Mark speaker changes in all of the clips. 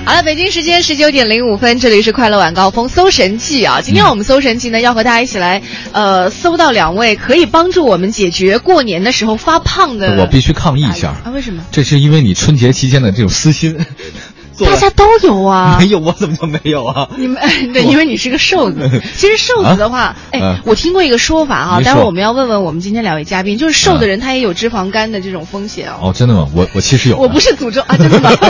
Speaker 1: 好了，北京时间19:05，这里是快乐晚高峰搜神记啊。今天我们搜神记呢，要和大家一起来搜到2位可以帮助我们解决过年的时候发胖的。
Speaker 2: 我必须抗议一下
Speaker 1: 啊！为什么？
Speaker 2: 这是因为你春节期间的这种私心。
Speaker 1: 大家都有啊，
Speaker 2: 没有我怎么就没有啊？
Speaker 1: 你们对，因为你是个瘦子。其实瘦子的话，我听过一个说法啊，待会儿我们要问问我们今天2位嘉宾，就是瘦的人他也有脂肪肝的这种风险哦。
Speaker 2: 哦，真的吗？我其实有。
Speaker 1: 我不是诅咒啊，真的吗？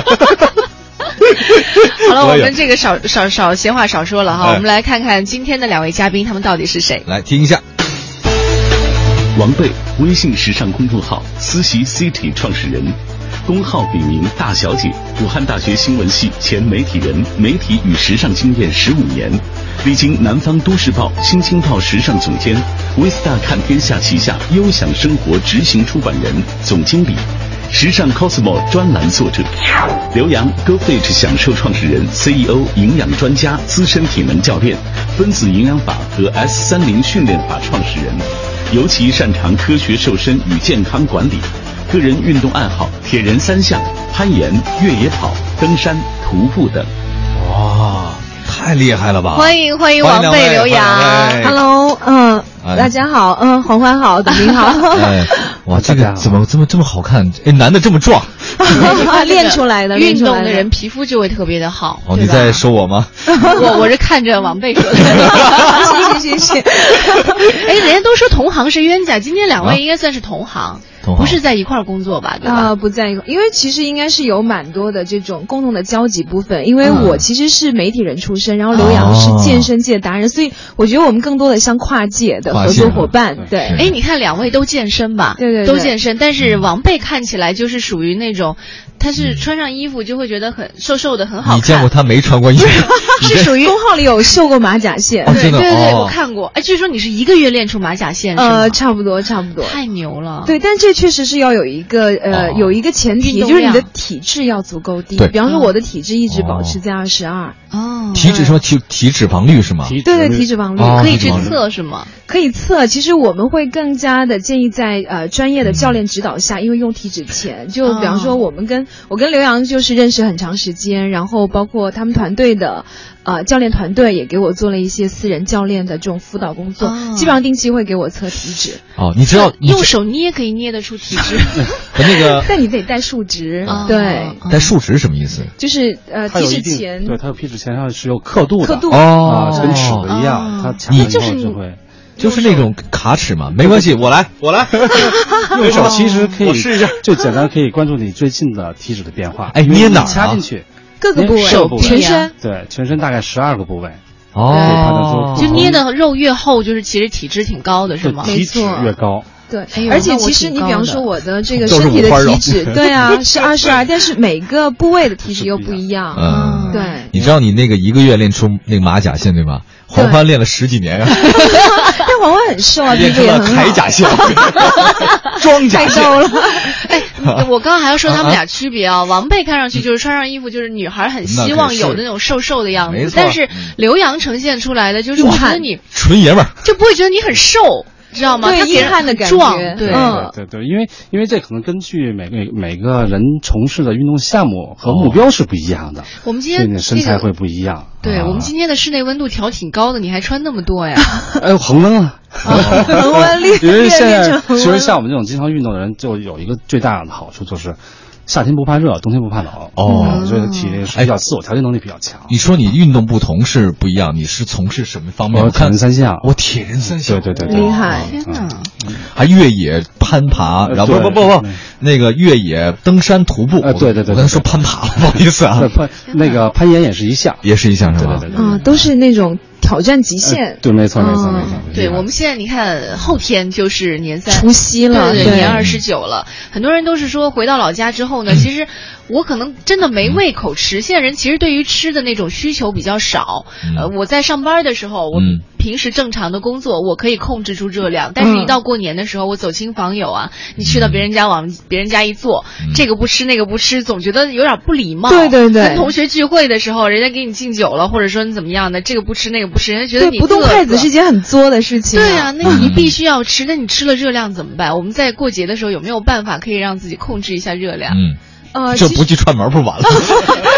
Speaker 1: 好了，我们这个少闲话少说了哈，我们来看看今天的2位嘉宾他们到底是谁。
Speaker 2: 来听一下。
Speaker 3: 王贝，微信时尚公众号思习 City 创始人，公号笔名大小姐，武汉大学新闻系前媒体人，媒体与时尚经验15年，历经南方都市报、新京报时尚总监，威斯大看天下旗下优享生活执行出版人、总经理，时尚 Cosmo 专栏作者，刘洋 GoFit 享受创始人 CEO 营养专家资深体能教练，分子营养法和 S30训练法创始人，尤其擅长科学瘦身与健康管理，个人运动爱好铁人3项，攀岩、越野跑、登山、徒步等。
Speaker 2: 哇，太厉害了吧！
Speaker 1: 欢迎王贝、刘洋。
Speaker 4: Hello， 大家好，黄欢好，董明好。
Speaker 2: 哇，这个怎么这么好看？男的这么壮，
Speaker 4: 练出来的。
Speaker 1: 运动的人皮肤就会特别的好。
Speaker 2: 哦，你在说我吗？
Speaker 1: 我是看着王贝说的。谢谢。人家都说同行是冤家，今天2位应该算是同行。不是在一块儿工作吧？对吧？
Speaker 4: 不在一块，因为其实应该是有蛮多的这种共同的交集部分。因为我其实是媒体人出身，然后刘洋是健身界达人，所以我觉得我们更多的像跨界的合作伙伴。对，
Speaker 1: 你看2位都健身吧？
Speaker 4: 对，
Speaker 1: 都健身。但是王贝看起来就是属于那种，他是穿上衣服就会觉得很瘦的，很好看。
Speaker 2: 你见过他没穿过衣服？
Speaker 4: 是属于公号里有秀过马甲线。
Speaker 2: 对，
Speaker 1: 我看过。据说你是1个月练出马甲线是吗？
Speaker 4: 差不多。
Speaker 1: 太牛了。
Speaker 4: 对，但这确实是要有一个前提，就是你的体质要足够低。比方说我的体质一直保持在22。
Speaker 2: 体脂什么体脂肪率是吗？
Speaker 4: 对，体脂肪率
Speaker 1: 可以去测是吗？
Speaker 4: 可以测。其实我们会更加的建议在专业的教练指导下，因为用体脂前，就比方说我跟刘洋就是认识很长时间，然后包括他们团队的教练团队也给我做了一些私人教练的这种辅导工作，基本上定期会给我测体脂。
Speaker 2: 你知道
Speaker 1: 用手捏可以捏得出体脂？
Speaker 2: 那个，
Speaker 4: 但你得带数值。对，
Speaker 2: 带数值什么意思？
Speaker 4: 就是体脂前，
Speaker 5: 对，它有体脂前上是有刻度的。跟尺的一样，它掐了以后就会。
Speaker 2: 就是那种卡尺嘛，没关系，我来。
Speaker 5: 用手其实可以，我试一下，最简单可以关注你最近的体脂的变化。
Speaker 2: 捏哪儿？
Speaker 5: 掐进去，
Speaker 4: 各个部位，全身。
Speaker 5: 对，全身大概12个部位。
Speaker 1: 就捏的肉越厚，就是其实体脂挺高的，是吗？
Speaker 5: 体脂越高。
Speaker 4: 对，而且其实你比方说我的这个身体的体脂，对啊，是22，但是每个部位的体脂又不一样。对，
Speaker 2: 你知道你那个1个月练出那个马甲线对吗？黄欢练了10几年啊。
Speaker 4: 但黄欢很瘦啊，
Speaker 2: 练出了铠甲线、装甲线。
Speaker 4: 太瘦了。
Speaker 1: 我刚刚还要说他们俩区别啊。王贝看上去就是穿上衣服就是女孩很希望有的那种瘦的样子，但是刘洋呈现出来的就是我觉得你
Speaker 2: 纯爷们儿，
Speaker 1: 就不会觉得你很瘦。知道吗？
Speaker 4: 对，硬汉的感觉。
Speaker 5: 对，因为这可能根据每个人从事的运动项目和目标是不一样的。
Speaker 1: 我们今天
Speaker 5: 你的身材会不一样。
Speaker 1: 对，我们今天的室内温度调挺高的，你还穿那么多呀？
Speaker 5: 恒温了。
Speaker 4: 恒温力。
Speaker 5: 因为现在其实像我们这种经常运动的人，就有一个最大的好处就是。夏天不怕热，冬天不怕冷。所以体力是比较自我调节能力比较强。
Speaker 2: 你说你运动不同是不一样，你是从事什么方面？
Speaker 5: 铁人3项。
Speaker 2: 我铁人3项。
Speaker 5: 对，
Speaker 4: 厉害！
Speaker 1: 天哪！
Speaker 2: 还越野攀爬，然后不，那个越野登山徒步。
Speaker 5: 对，
Speaker 2: 我刚才说攀爬了，不好意思啊。
Speaker 5: 那个攀岩也是一项，
Speaker 2: 是吧？
Speaker 5: 对。
Speaker 4: 都是那种。挑战极限。
Speaker 5: 对，没错。
Speaker 1: 对，我们现在你看后天就是年3，
Speaker 4: 除夕了，
Speaker 1: 对，年29了。很多人都是说回到老家之后呢，其实我可能真的没胃口吃。现在人其实对于吃的那种需求比较少。我在上班的时候，我平时正常的工作，我可以控制住热量，但是一到过年的时候，我走亲访友啊，你去到别人家往别人家一坐，这个不吃那个不吃，总觉得有点不礼貌。
Speaker 4: 对。
Speaker 1: 跟同学聚会的时候，人家给你敬酒了，或者说你怎么样的，这个不吃那个不吃，人家觉得你
Speaker 4: 不动筷子是一件很作的事情。
Speaker 1: 对啊，那你必须要吃，那你吃了热量怎么办？我们在过节的时候有没有办法可以让自己控制一下热量？
Speaker 2: 这不去串门不完了？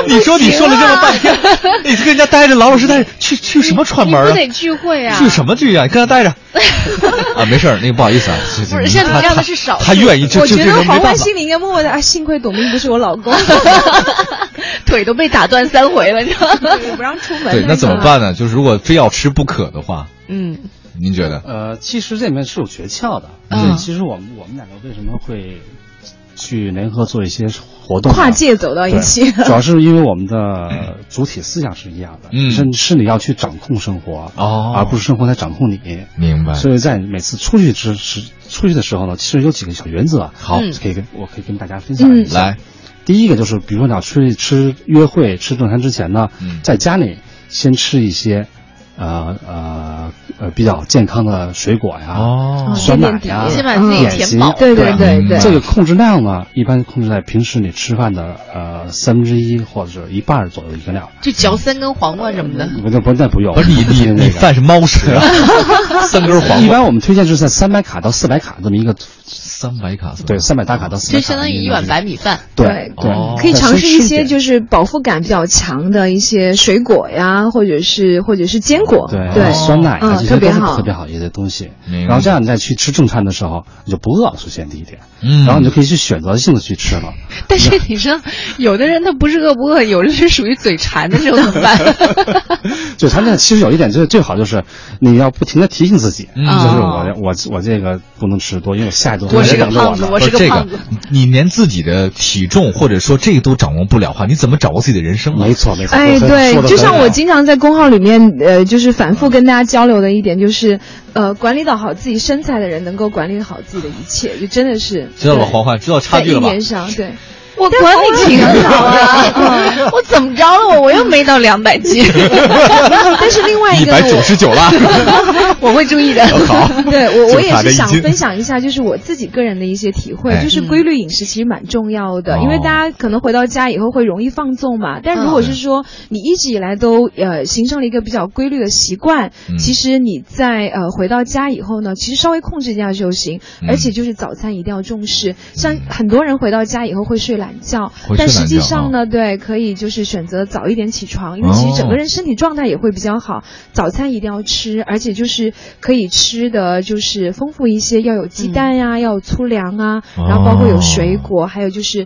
Speaker 2: 你说了这么半天，你跟人家待着，老实待着，去什么串门啊？
Speaker 1: 你不得聚会啊？
Speaker 2: 聚什么聚啊？你跟他待着啊，没事儿，那个不好意思啊，
Speaker 1: 不是像你这样的是少数，
Speaker 2: 他愿意，
Speaker 4: 我觉得黄欢心里应该默默的啊，幸亏董明不是我老公，
Speaker 1: 腿都被打断3回了，你知道吗？
Speaker 4: 不让出门。
Speaker 2: 对，那怎么办呢？就是如果非要吃不可的话，您觉得？
Speaker 5: 其实这里面是有诀窍的。其实我们两个为什么会去联合做一些活动，
Speaker 4: 跨界走到一起，
Speaker 5: 主要是因为我们的主体思想是一样的，是你要去掌控生活，而不是生活在掌控你。
Speaker 2: 明白。
Speaker 5: 所以在每次出去的时候呢，其实有几个小原则，好，我可以跟大家分享一下。
Speaker 2: 来，
Speaker 5: 第一个就是，比如说你要出去约会吃正餐之前呢，在家里先吃一些比较健康的水果呀，酸奶呀，
Speaker 1: 先把自己填饱。
Speaker 4: 对。
Speaker 5: 这个控制量呢，一般控制在平时你吃饭的1/3或者1半左右一个量。
Speaker 1: 就嚼3根黄瓜什么的。
Speaker 5: 不用。
Speaker 2: 不是你饭是猫食啊？3根黄瓜。
Speaker 5: 一般我们推荐是在300卡到400卡这么一个。
Speaker 2: 300卡，
Speaker 5: 对，300大卡到400卡，
Speaker 1: 就相当于1碗白米饭。
Speaker 5: 对，
Speaker 4: 可以尝试一些就是饱腹感比较强的一些水果呀，或者是坚果，
Speaker 5: 对，酸奶啊，这些
Speaker 4: 特别
Speaker 5: 好一些东西。然后这样你再去吃正餐的时候，你就不饿了。首先第一点，然后你就可以去选择性的去吃了。
Speaker 1: 但是你说，有的人他不是饿不饿，有的是属于嘴馋的这种饭。
Speaker 5: 嘴馋呢，其实有一点最好就是你要不停的提醒自己，就是我这个不能吃多，因为我下一顿
Speaker 1: 我是个胖子，
Speaker 2: 你连自己的体重或者说这个都掌握不了的话，你怎么掌握自己的人生啊？
Speaker 5: 没错。
Speaker 4: 哎，对，就像我经常在公号里面就是反复跟大家交流的一点，就是管理好自己身材的人能够管理好自己的一切，就真的是
Speaker 2: 知道了。黄欢知道差距了吧？
Speaker 4: 在1年上，对。
Speaker 1: 我管理挺好啊，我怎么着了？我又没到200斤，
Speaker 4: 但是另外一个
Speaker 2: 199了，
Speaker 1: 我会注意的。
Speaker 2: 好，
Speaker 4: 对我也是想分享一下，就是我自己个人的一些体会，就是规律饮食其实蛮重要的，因为大家可能回到家以后会容易放纵嘛。但如果是说你一直以来都形成了一个比较规律的习惯，其实你在回到家以后呢，其实稍微控制一下就行，而且就是早餐一定要重视。像很多人回到家以后会睡懒觉，但实际上呢，对，可以就是选择早一点起床，因为其实整个人身体状态也会比较好。早餐一定要吃，而且就是可以吃的就是丰富一些，要有鸡蛋呀，要有粗粮啊，然后包括有水果，还有就是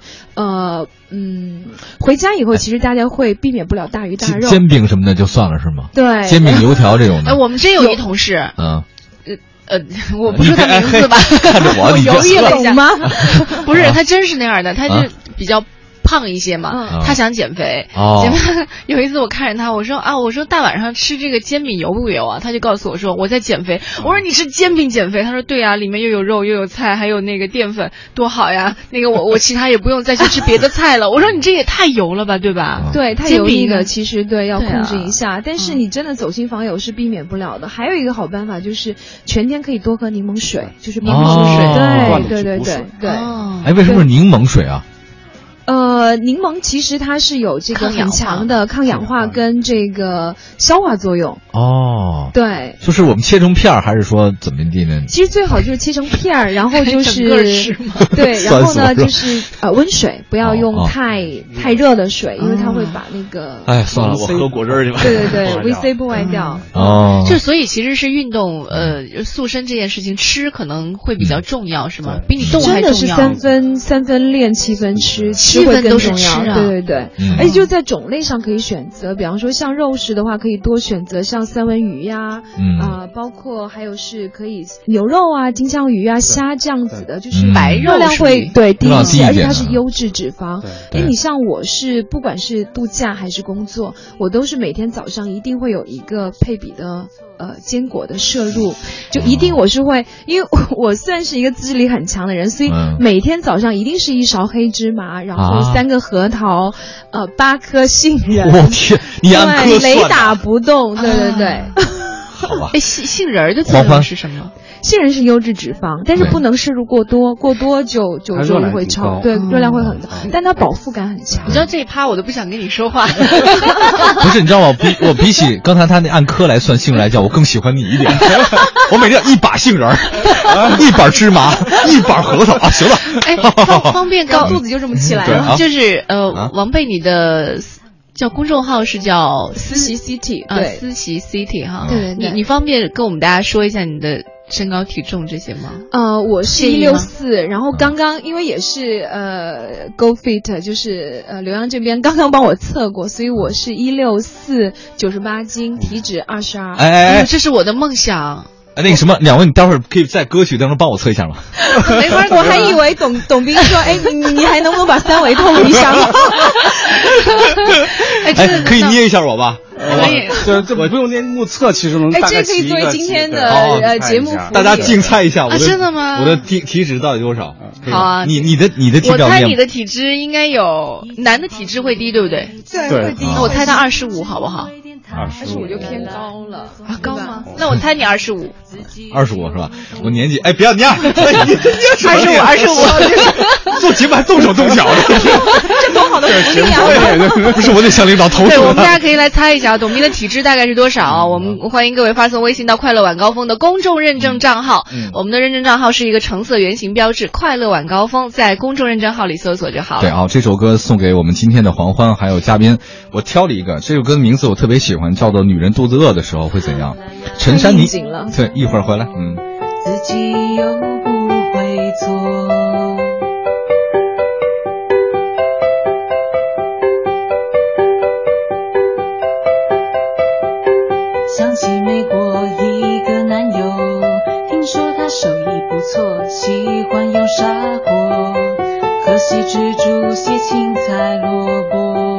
Speaker 4: 回家以后其实大家会避免不了大鱼大肉，
Speaker 2: 煎饼什么的就算了是吗？
Speaker 4: 对，
Speaker 2: 煎饼油条这种的。
Speaker 1: 我们真有一同事，我不说他名字吧，
Speaker 2: 看着我
Speaker 1: 犹豫了一下
Speaker 4: 吗？
Speaker 1: 不是，他真是那样的，他就比较胖一些嘛，他想减肥。有一次我看着他，我说大晚上吃这个煎饼油不油啊？他就告诉我说我在减肥。我说你吃煎饼减肥？他说对啊，里面又有肉又有菜，还有那个淀粉，多好呀！那个我其他也不用再去吃别的菜了。我说你这也太油了吧，对吧？
Speaker 4: 对，太油腻了，其实对要控制一下。但是你真的走心访友是避免不了的。还有一个好办法就是全天可以多喝柠檬水，就是柠檬水。对。
Speaker 2: 哎，为什么是柠檬水啊？
Speaker 4: 柠檬其实它是有这个很强的抗氧化跟这个消化作用。对，
Speaker 2: 就是我们切成片儿，还是说怎么地呢？
Speaker 4: 其实最好就是切成片儿，然后就是对，然后呢就是温水，不要用太热的水，因为它会把那个
Speaker 2: 算了，我喝果汁去吧。
Speaker 4: 对，VC 不外掉。
Speaker 1: 就所以其实是运动塑身这件事情吃可能会比较重要，是吗？比你动还重要。
Speaker 4: 真的是3分练7分吃
Speaker 1: ，7分都是吃啊。
Speaker 4: 对，而且就在种类上可以选择，比方说像肉食的话，可以多选择像三文鱼呀，包括还有是可以牛肉啊、金枪鱼啊、虾这样子的，就是
Speaker 1: 白肉
Speaker 4: 热量会低一些，而且它是优质脂肪。
Speaker 5: 因
Speaker 4: 为你像我是不管是度假还是工作，我都是每天早上一定会有一个配比的坚果的摄入，就一定我是会，因为我算是一个自制力很强的人，所以每天早上一定是1勺黑芝麻，然后3个核桃，8颗杏仁。
Speaker 2: 我天，你按颗算的？
Speaker 4: 雷打不动，对。
Speaker 2: 好吧。
Speaker 1: 杏仁的作用是什么？
Speaker 4: 杏仁是优质脂肪，但是不能摄入过多，过多就会超，对，热量会很高，但它饱腹感很强。
Speaker 1: 你知道这一趴我都不想跟你说话。
Speaker 2: 不是，你知道吗？我比起刚才他那按颗来算杏仁来讲，我更喜欢你一点。我每天1把杏仁，1把芝麻，1把核桃啊，行了。
Speaker 1: 方便高肚子就这么起来了。就是王贝，你的叫公众号是叫
Speaker 4: 思琪 City， 对，
Speaker 1: 思琪 City 哈。
Speaker 4: 对。
Speaker 1: 你方便跟我们大家说一下你的身高体重这些吗？
Speaker 4: 我是164，然后刚刚因为也是Go Fit， 就是刘洋这边刚刚帮我测过，所以我是164 98斤，体脂22。
Speaker 1: 哎，这是我的梦想。
Speaker 2: 那个什么，两位，你待会儿可以在歌曲当中帮我测一下吗？
Speaker 4: 没关系，我还以为董斌说，你还能不能把3围透一下吗？
Speaker 2: 可以捏一下我吧？
Speaker 1: 可以，
Speaker 5: 这我不用捏目测，其实能大概
Speaker 4: 这可以作为今天的节目，
Speaker 2: 大家竞猜一下，
Speaker 1: 真的吗？
Speaker 2: 我的体脂到底多少？
Speaker 1: 好啊，
Speaker 2: 你的体表，
Speaker 1: 我猜你的体脂应该有，男的体脂会低，对不对？
Speaker 4: 对，会低。
Speaker 1: 那我猜他25，好不好
Speaker 4: ？25就偏高了
Speaker 1: 啊，高吗？那我猜你25
Speaker 2: 是吧？我年纪不要捏
Speaker 1: ，25，
Speaker 2: 做节目还动手动脚的，
Speaker 4: 这多好的福利啊！
Speaker 2: 不是，我得向领导投诉。
Speaker 1: 对，我们大家可以来猜一下董斌的体脂大概是多少？我们欢迎各位发送微信到快乐晚高峰的公众认证账号，我们的认证账号是一个橙色圆形标志，快乐晚高峰，在公众认证号里搜索就好了。
Speaker 2: 对啊，这首歌送给我们今天的黄欢还有嘉宾，我挑了一个，这首歌的名字我特别喜欢，叫做《女人肚子饿的时候会怎样》。陈珊妮，对，一会儿回来，
Speaker 6: 自己又不会做。想起美国一个男友，听说他手艺不错，喜欢用砂锅，可惜只煮些青菜萝卜。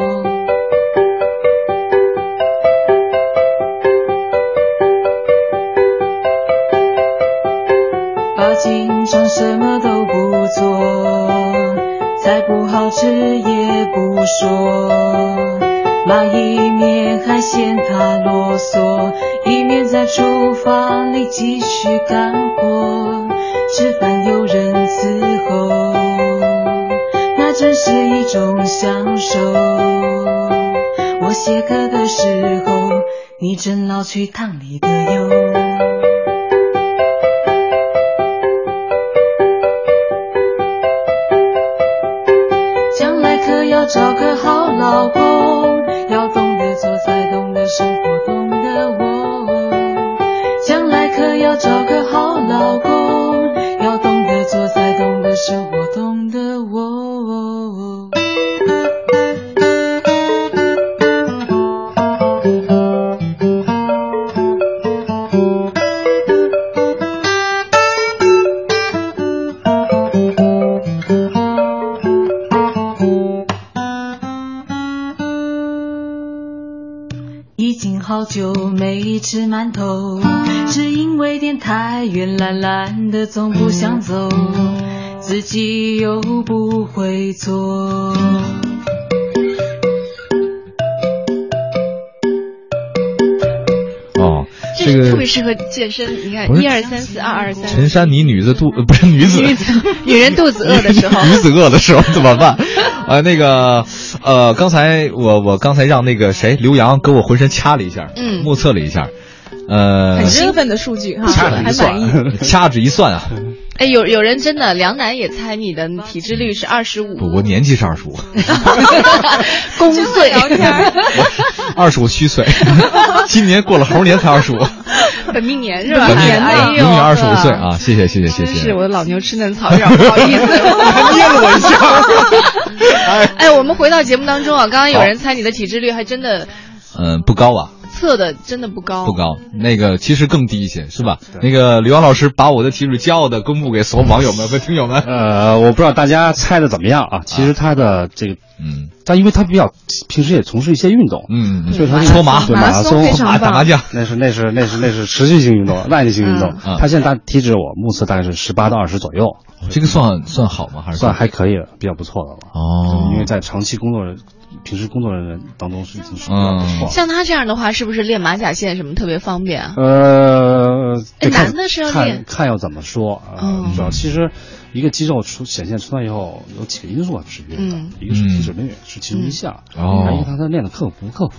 Speaker 6: 把经常什么都不做，再不好吃也不说，骂一面还嫌他啰嗦，一面在厨房里继续干活，吃饭有人伺候，那真是一种享受。我写歌的时候，你正捞去汤里的油。将来可要找个好老公，要懂得做菜，懂得生活，懂得我。将来可要找个好老公，要懂得做菜，懂得生活，懂得我。好久没吃馒头，只因为电台远懒懒的总不想走，自己又不会做。
Speaker 2: 这个
Speaker 1: 特别适合健身，你看1、2、3、4、2、2、3。
Speaker 2: 陈珊妮女人肚
Speaker 1: 子饿的时候，
Speaker 2: 女子饿的时候怎么办？刚才我刚才让那个谁刘洋给我浑身掐了一下，目测了一下，
Speaker 4: 很兴奋的数据哈，还满意。
Speaker 2: 掐指一算啊，
Speaker 1: 有人真的梁楠也猜你的体脂率是25，
Speaker 2: 不，我年纪是25，
Speaker 1: 公岁
Speaker 2: 25虚岁，今年过了猴年才25。
Speaker 1: 本命年是吧？
Speaker 2: 本命年，永远25岁啊！谢谢。
Speaker 1: 真是我的老牛吃嫩草，有点不好意思，
Speaker 2: 还捏了我一
Speaker 1: 下。我们回到节目当中啊，刚刚有人猜你的体脂率，还真的，
Speaker 2: 不高啊。
Speaker 1: 测的真的不高，
Speaker 2: 那个其实更低一些，是吧？那个刘洋老师把我的体脂骄傲的公布给所有网友们和听友们。
Speaker 5: 我不知道大家猜的怎么样啊？其实他的这个，但因为他比较平时也从事一些运动，所以他
Speaker 2: 搓麻、
Speaker 5: 马拉松、
Speaker 2: 打麻将，
Speaker 5: 那是持续性运动、耐力性运动。他现在体脂我目测大概是18到20左右，
Speaker 2: 这个算好吗？还是
Speaker 5: 算还可以的，比较不错的了。
Speaker 2: 哦，
Speaker 5: 因为在长期平时工作的人当中是已经是比较不错。
Speaker 1: 像他这样的话，是不是练马甲线什么特别方便啊？男的是要练，
Speaker 5: 看要怎么说啊？主要其实一个肌肉显现出来以后，有几个因素要制约的，一个是体脂率是其中一项，还有一个他练的刻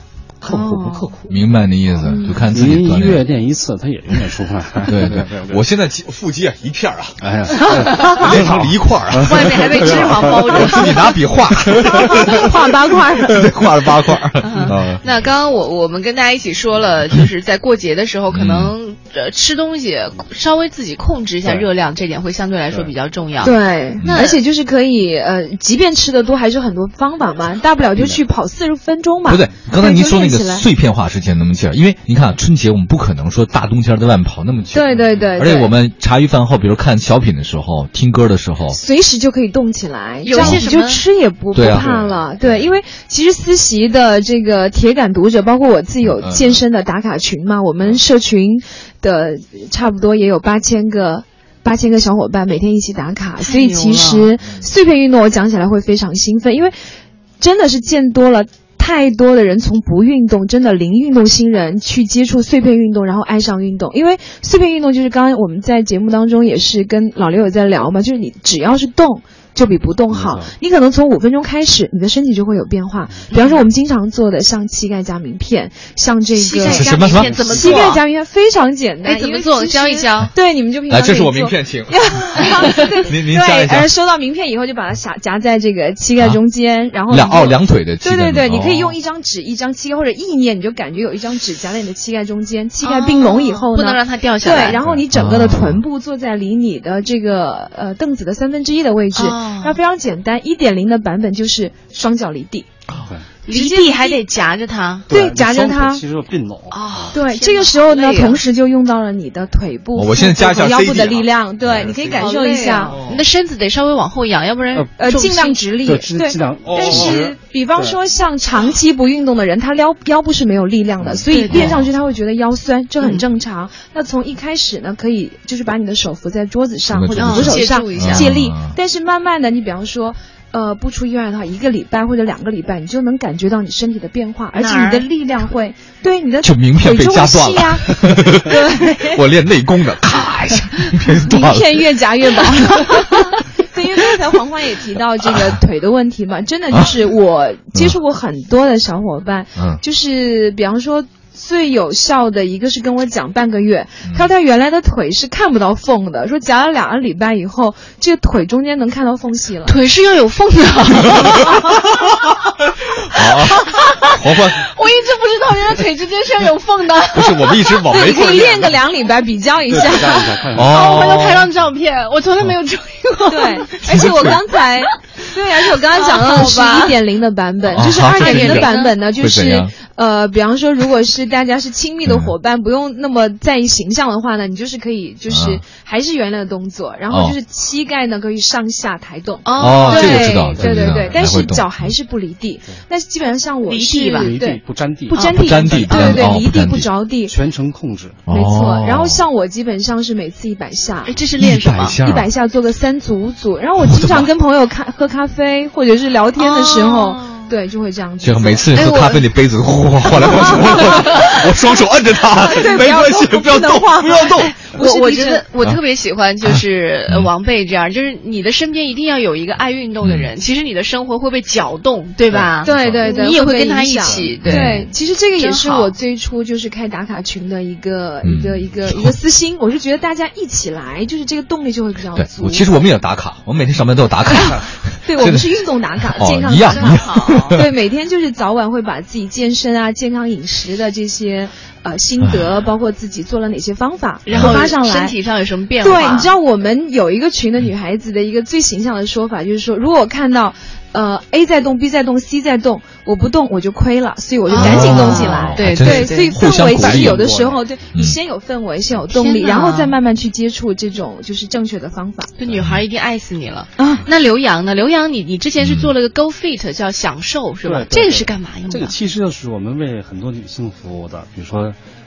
Speaker 5: 刻苦不刻苦。
Speaker 2: 明白你意思，就看自己
Speaker 5: 一月练一次，他也永远出不来。
Speaker 2: 对，我现在腹肌一片啊，
Speaker 5: 哎呀，
Speaker 2: 练成了一块啊，
Speaker 1: 外面还被脂肪包着，
Speaker 2: 自己拿笔画，
Speaker 4: 画8块，
Speaker 2: 画了8块。
Speaker 1: 那刚刚我们跟大家一起说了，就是在过节的时候，可能吃东西稍微自己控制一下热量，这点会相对来说比较重要。
Speaker 4: 对，而且就是可以即便吃的多，还是很多方法嘛，大不了就去跑40分钟嘛。
Speaker 2: 不对，刚才您说那个碎片化时间能不能记？因为你看春节我们不可能说大冬天在外面跑那么久。
Speaker 4: 对，
Speaker 2: 而且我们茶余饭后，比如看小品的时候、听歌的时候，
Speaker 4: 随时就可以动起来，
Speaker 1: 有些什么
Speaker 4: 就吃也不怕了。对，因为其实思琪的这个铁杆读者，包括我自己有健身的打卡群嘛，我们社群的差不多也有8000个小伙伴每天一起打卡，所以其实碎片运动我讲起来会非常兴奋，因为真的是见多了太多的人从不运动，真的零运动新人去接触碎片运动，然后爱上运动。因为碎片运动就是刚刚我们在节目当中也是跟老刘有在聊嘛，就是你只要是动就比不动好。你可能从5分钟开始，你的身体就会有变化。比方说我们经常做的像膝盖夹名片，像这个
Speaker 1: 膝盖夹名片怎么做？
Speaker 4: 膝盖夹名片非常简单，
Speaker 1: 怎么做？教一教。
Speaker 4: 对，你们就平常
Speaker 2: 来，这是我名片，请您夹一
Speaker 4: 下。收到名片以后就把它夹在这个膝盖中间，然后
Speaker 2: 两腿的膝盖。
Speaker 4: 对，你可以用一张纸、一张膝盖，或者意念，你就感觉有一张纸夹在你的膝盖中间，膝盖并拢以后呢，
Speaker 1: 不能让它掉下来。
Speaker 4: 对，然后你整个的臀部坐在离你的这个凳子的1/3的位置，那非常简单。1.0的版本就是双脚离地。
Speaker 1: 离地还得夹着它，
Speaker 4: 对，夹着它，
Speaker 5: 其实就并拢
Speaker 1: 啊。
Speaker 4: 对，这个时候呢，同时就用到了你的腿部、
Speaker 2: 我现在加一下
Speaker 4: 腰部的力量。对，你可以感受一下，
Speaker 1: 你的身子得稍微往后仰，要不然
Speaker 4: 尽量直立。
Speaker 5: 对，尽量。
Speaker 4: 但是，比方说像长期不运动的人，他腰部是没有力量的，所以练上去他会觉得腰酸，这很正常。那从一开始呢，可以就是把你的手扶在桌子上或者扶手上借力，但是慢慢的，你比方说。不出意外的话，1个礼拜或者2个礼拜，你就能感觉到你身体的变化，而且你的力量会对你的
Speaker 2: 就名片被夹断了。
Speaker 4: 对，
Speaker 2: 我练内功的，咔一下，
Speaker 4: 名片越夹越薄。对，因为刚才黄欢也提到这个腿的问题嘛，真的就是我接触过很多的小伙伴，就是比方说。最有效的一个是跟我讲半个月，他原来的腿是看不到缝的，说夹了2个礼拜以后，这个腿中间能看到缝隙了。
Speaker 1: 腿是要有缝的。
Speaker 2: 黄欢，
Speaker 1: 我一直不知道原来腿之间是要有缝的。
Speaker 2: 不是，我们一直往没缝。
Speaker 4: 可以练个2礼拜比较一下。
Speaker 1: 我回头拍张照片，我从来没有注意过。
Speaker 4: 对，而且我刚才讲到的是1.0的版本，就是2.0的版本呢，就是比方说，如果是大家是亲密的伙伴，不用那么在意形象的话呢，你就是可以，就是还是原来的动作，然后就是膝盖呢可以上下抬动。
Speaker 2: 这个知道，
Speaker 4: 对，但是脚还是不离地。但是基本上像我是
Speaker 5: 离地不沾地，
Speaker 4: 对，离地不着地，
Speaker 5: 全程控制，
Speaker 4: 没错。然后像我基本上是每次100下，
Speaker 1: 这是练什么
Speaker 4: ？100下做个3组5组。然后我经常跟朋友喝咖啡或者是聊天的时候。对，就会这样子。
Speaker 2: 这个每次喝咖啡那杯子晃来晃去，我双手摁着它，没关系，不要动，不要动。
Speaker 1: 我觉得我特别喜欢就是王贝这样，就是你的身边一定要有一个爱运动的人，其实你的生活会被搅动，对吧？
Speaker 4: 对，
Speaker 1: 你也会跟他一起。
Speaker 4: 对，其实这个也是我最初就是开打卡群的一个私心，我是觉得大家一起来，就是这个动力就会比较足。
Speaker 2: 其实我们也打卡，我们每天上班都有打卡。
Speaker 4: 对，我们是运动打卡，健康打卡。对，每天就是早晚会把自己健身啊、健康饮食的这些心得，包括自己做了哪些方法，
Speaker 1: 然后
Speaker 4: 发上来。
Speaker 1: 身体上有什么变化？
Speaker 4: 对，你知道我们有一个群的女孩子的一个最形象的说法，就是说，如果我看到A 在动 ，B 在动 ，C 在动，我不动我就亏了，所以我就赶紧动起来。对，所以氛围其实有的时候，对你先有氛围，先有动力，然后再慢慢去接触这种就是正确的方法。
Speaker 1: 这女孩一定爱死你了啊！那刘洋呢？刘洋，你之前是做了个 Go Fit， 叫享受是吧？这个是干嘛用的？
Speaker 5: 这个其实就是我们为很多女性服务的，比如说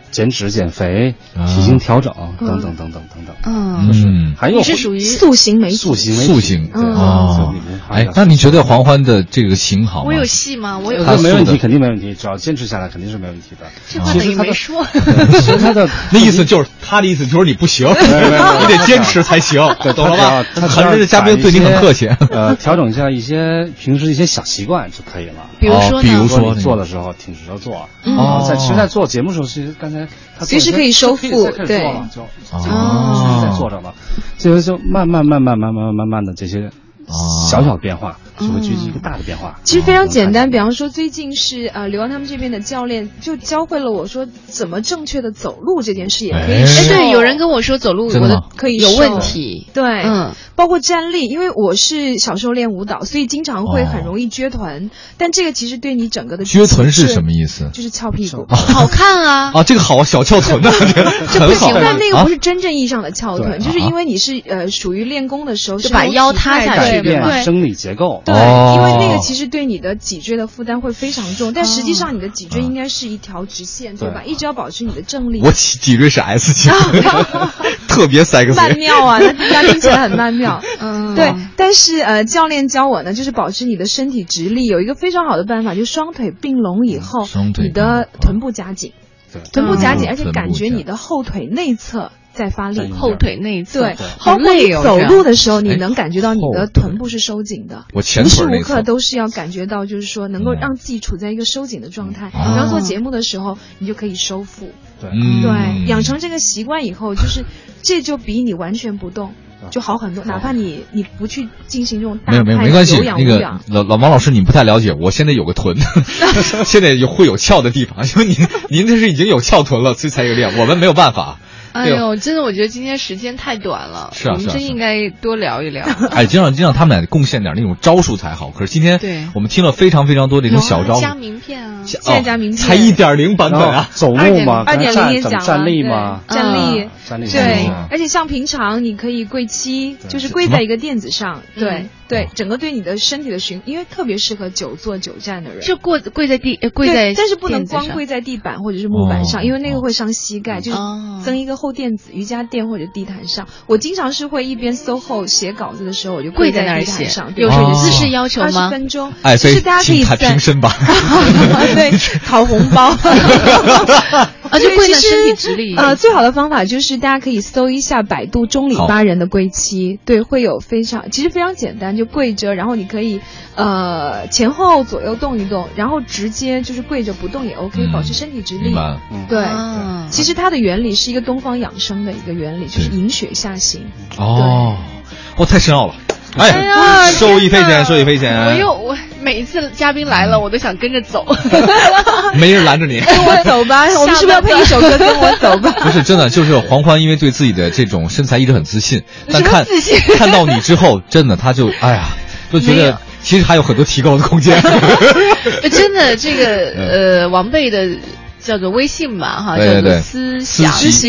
Speaker 5: 减脂减肥、体型调整等等等等等等。就是还有
Speaker 1: 你是属于
Speaker 4: 塑形美体，
Speaker 5: 塑形
Speaker 2: 对哎，那你觉得黄欢的这个型好吗？
Speaker 1: 我有戏吗？我有
Speaker 5: 没问题，肯定没问题，只要坚持下来肯定是没问题的。
Speaker 1: 这话等于没说。
Speaker 5: 其实他的
Speaker 2: 那意思就是他的意思就是你不行，你得坚持才行，懂了吧？还是嘉宾对你很客气。
Speaker 5: 调整一下一些平时一些小习惯就可以了。
Speaker 1: 比如说
Speaker 5: 你做的时候挺直着做，在做节目的时候，其实刚才他
Speaker 4: 随时可以收腹，对，
Speaker 5: 在做着了，就慢慢的这些小小变化就会聚集一个大的变化。
Speaker 4: 其实非常简单，比方说最近是刘洋他们这边的教练就教会了我说怎么正确的走路这件事也可以
Speaker 1: 对，有人跟我说走路我的
Speaker 4: 可以
Speaker 1: 有问题，
Speaker 4: 对，包括站立，因为我是小时候练舞蹈，所以经常会很容易撅臀，但这个其实对你整个的
Speaker 2: 撅臀是什么意思？
Speaker 4: 就是翘屁股，
Speaker 1: 好看啊！
Speaker 2: 这个好啊，小翘臀啊，
Speaker 4: 这不行，但那个不是真正意义上的翘臀，就是因为你是属于练功的时候
Speaker 1: 就把腰塌下去，
Speaker 5: 对吧？生理结构，
Speaker 4: 对，因为那个其实对你的脊椎的负担会非常重，但实际上你的脊椎应该是一条直线，对吧？一直要保持你的正力。
Speaker 2: 我脊椎是 S 型，特别sexy，
Speaker 4: 曼妙啊，那听起来很曼妙。对，但是教练教我呢，就是保持你的身体直立，有一个非常好的办法，就是双腿并拢以后，你的臀部夹紧，臀部夹紧，而且感觉你的后腿内侧在发力，
Speaker 1: 后腿内侧，
Speaker 4: 对，包括你走路的时候，你能感觉到你的臀部是收紧的。
Speaker 2: 我前腿
Speaker 4: 无时无刻都是要感觉到，就是说能够让自己处在一个收紧的状态。然后做节目的时候，你就可以收腹。对，养成这个习惯以后，就是这就比你完全不动就好很多，哪怕你不去进行这种大
Speaker 2: 没关系。那个老王老师，你不太了解，我现在有个臀，现在会有翘的地方，因为您这是已经有翘臀了，所以才有练，我们没有办法。
Speaker 1: 哎呦，真的，我觉得今天时间太短了，我们真应该多聊一聊。
Speaker 2: 哎，经常他们俩贡献点那种招数才好。可是今天我们听了非常非常多的这种小招，
Speaker 1: 加名片啊，
Speaker 4: 现在加名片，
Speaker 2: 才1.0版本啊，
Speaker 5: 走路嘛
Speaker 4: ，2.0也讲了，
Speaker 5: 站立嘛，
Speaker 4: 站立，对，而且像平常你可以跪膝，就是跪在一个垫子上，对，整个对你的身体的因为特别适合久坐久站的人，
Speaker 1: 就跪在跪在，
Speaker 4: 但是不能光跪在地板或者是木板上，因为那个会伤膝盖，就是增一个厚垫子，瑜伽垫或者地毯上。我经常是会一边 SOHO 写稿子的时候，我就跪在地毯上。
Speaker 1: 有什么姿势要求吗？
Speaker 4: 20分钟，
Speaker 2: 哎，
Speaker 4: 就是大家可以
Speaker 2: 平身吧。
Speaker 4: 对，讨红包。
Speaker 1: 就跪在身体直立。
Speaker 4: 最好的方法就是大家可以搜一下百度中里巴人的跪膝，对，会有其实非常简单，就跪着，然后你可以前后左右动一动，然后直接就是跪着不动也 OK，保持身体直立。对，其实它的原理是一个东方养生的一个原理，就是引血下行。
Speaker 2: 太深奥了。哎呀，受益匪浅。
Speaker 1: 我每一次嘉宾来了，我都想跟着走，
Speaker 2: 没人拦着你，
Speaker 4: 跟我走吧。我们是不是要配一首歌？跟我走吧。
Speaker 2: 不是真的，就是黄欢，因为对自己的这种身材一直很自信，但看到你之后，真的他就就觉得其实还有很多提高的空间。
Speaker 1: 真的，这个王贝的叫做微信吧，哈，叫做思习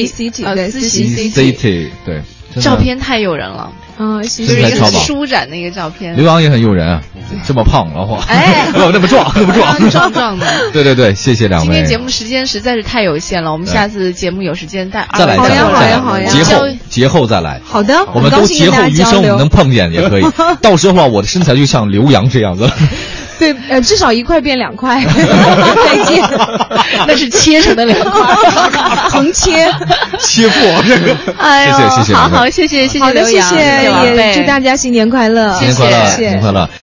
Speaker 2: City， 对。
Speaker 1: 照片太诱人了，就是一个舒展的一个照片。
Speaker 2: 刘洋也很诱人啊，这么胖，然后那么壮的。对，谢谢两位。
Speaker 1: 今天节目时间实在是太有限了，我们下次节目有时间再
Speaker 2: 来。
Speaker 4: 好呀。
Speaker 2: 节后再来。
Speaker 4: 好的，
Speaker 2: 我们都劫后余生，我们能碰见也可以。到时候我的身材就像刘洋这样子。
Speaker 4: 对，至少1块变2块，再见。
Speaker 1: 那是切成的2块，
Speaker 4: 横切
Speaker 2: 破这个。
Speaker 1: 哎呦，
Speaker 2: 谢谢，
Speaker 1: 好，谢谢刘洋，
Speaker 4: 也祝大家新年快乐，
Speaker 2: 新年快乐。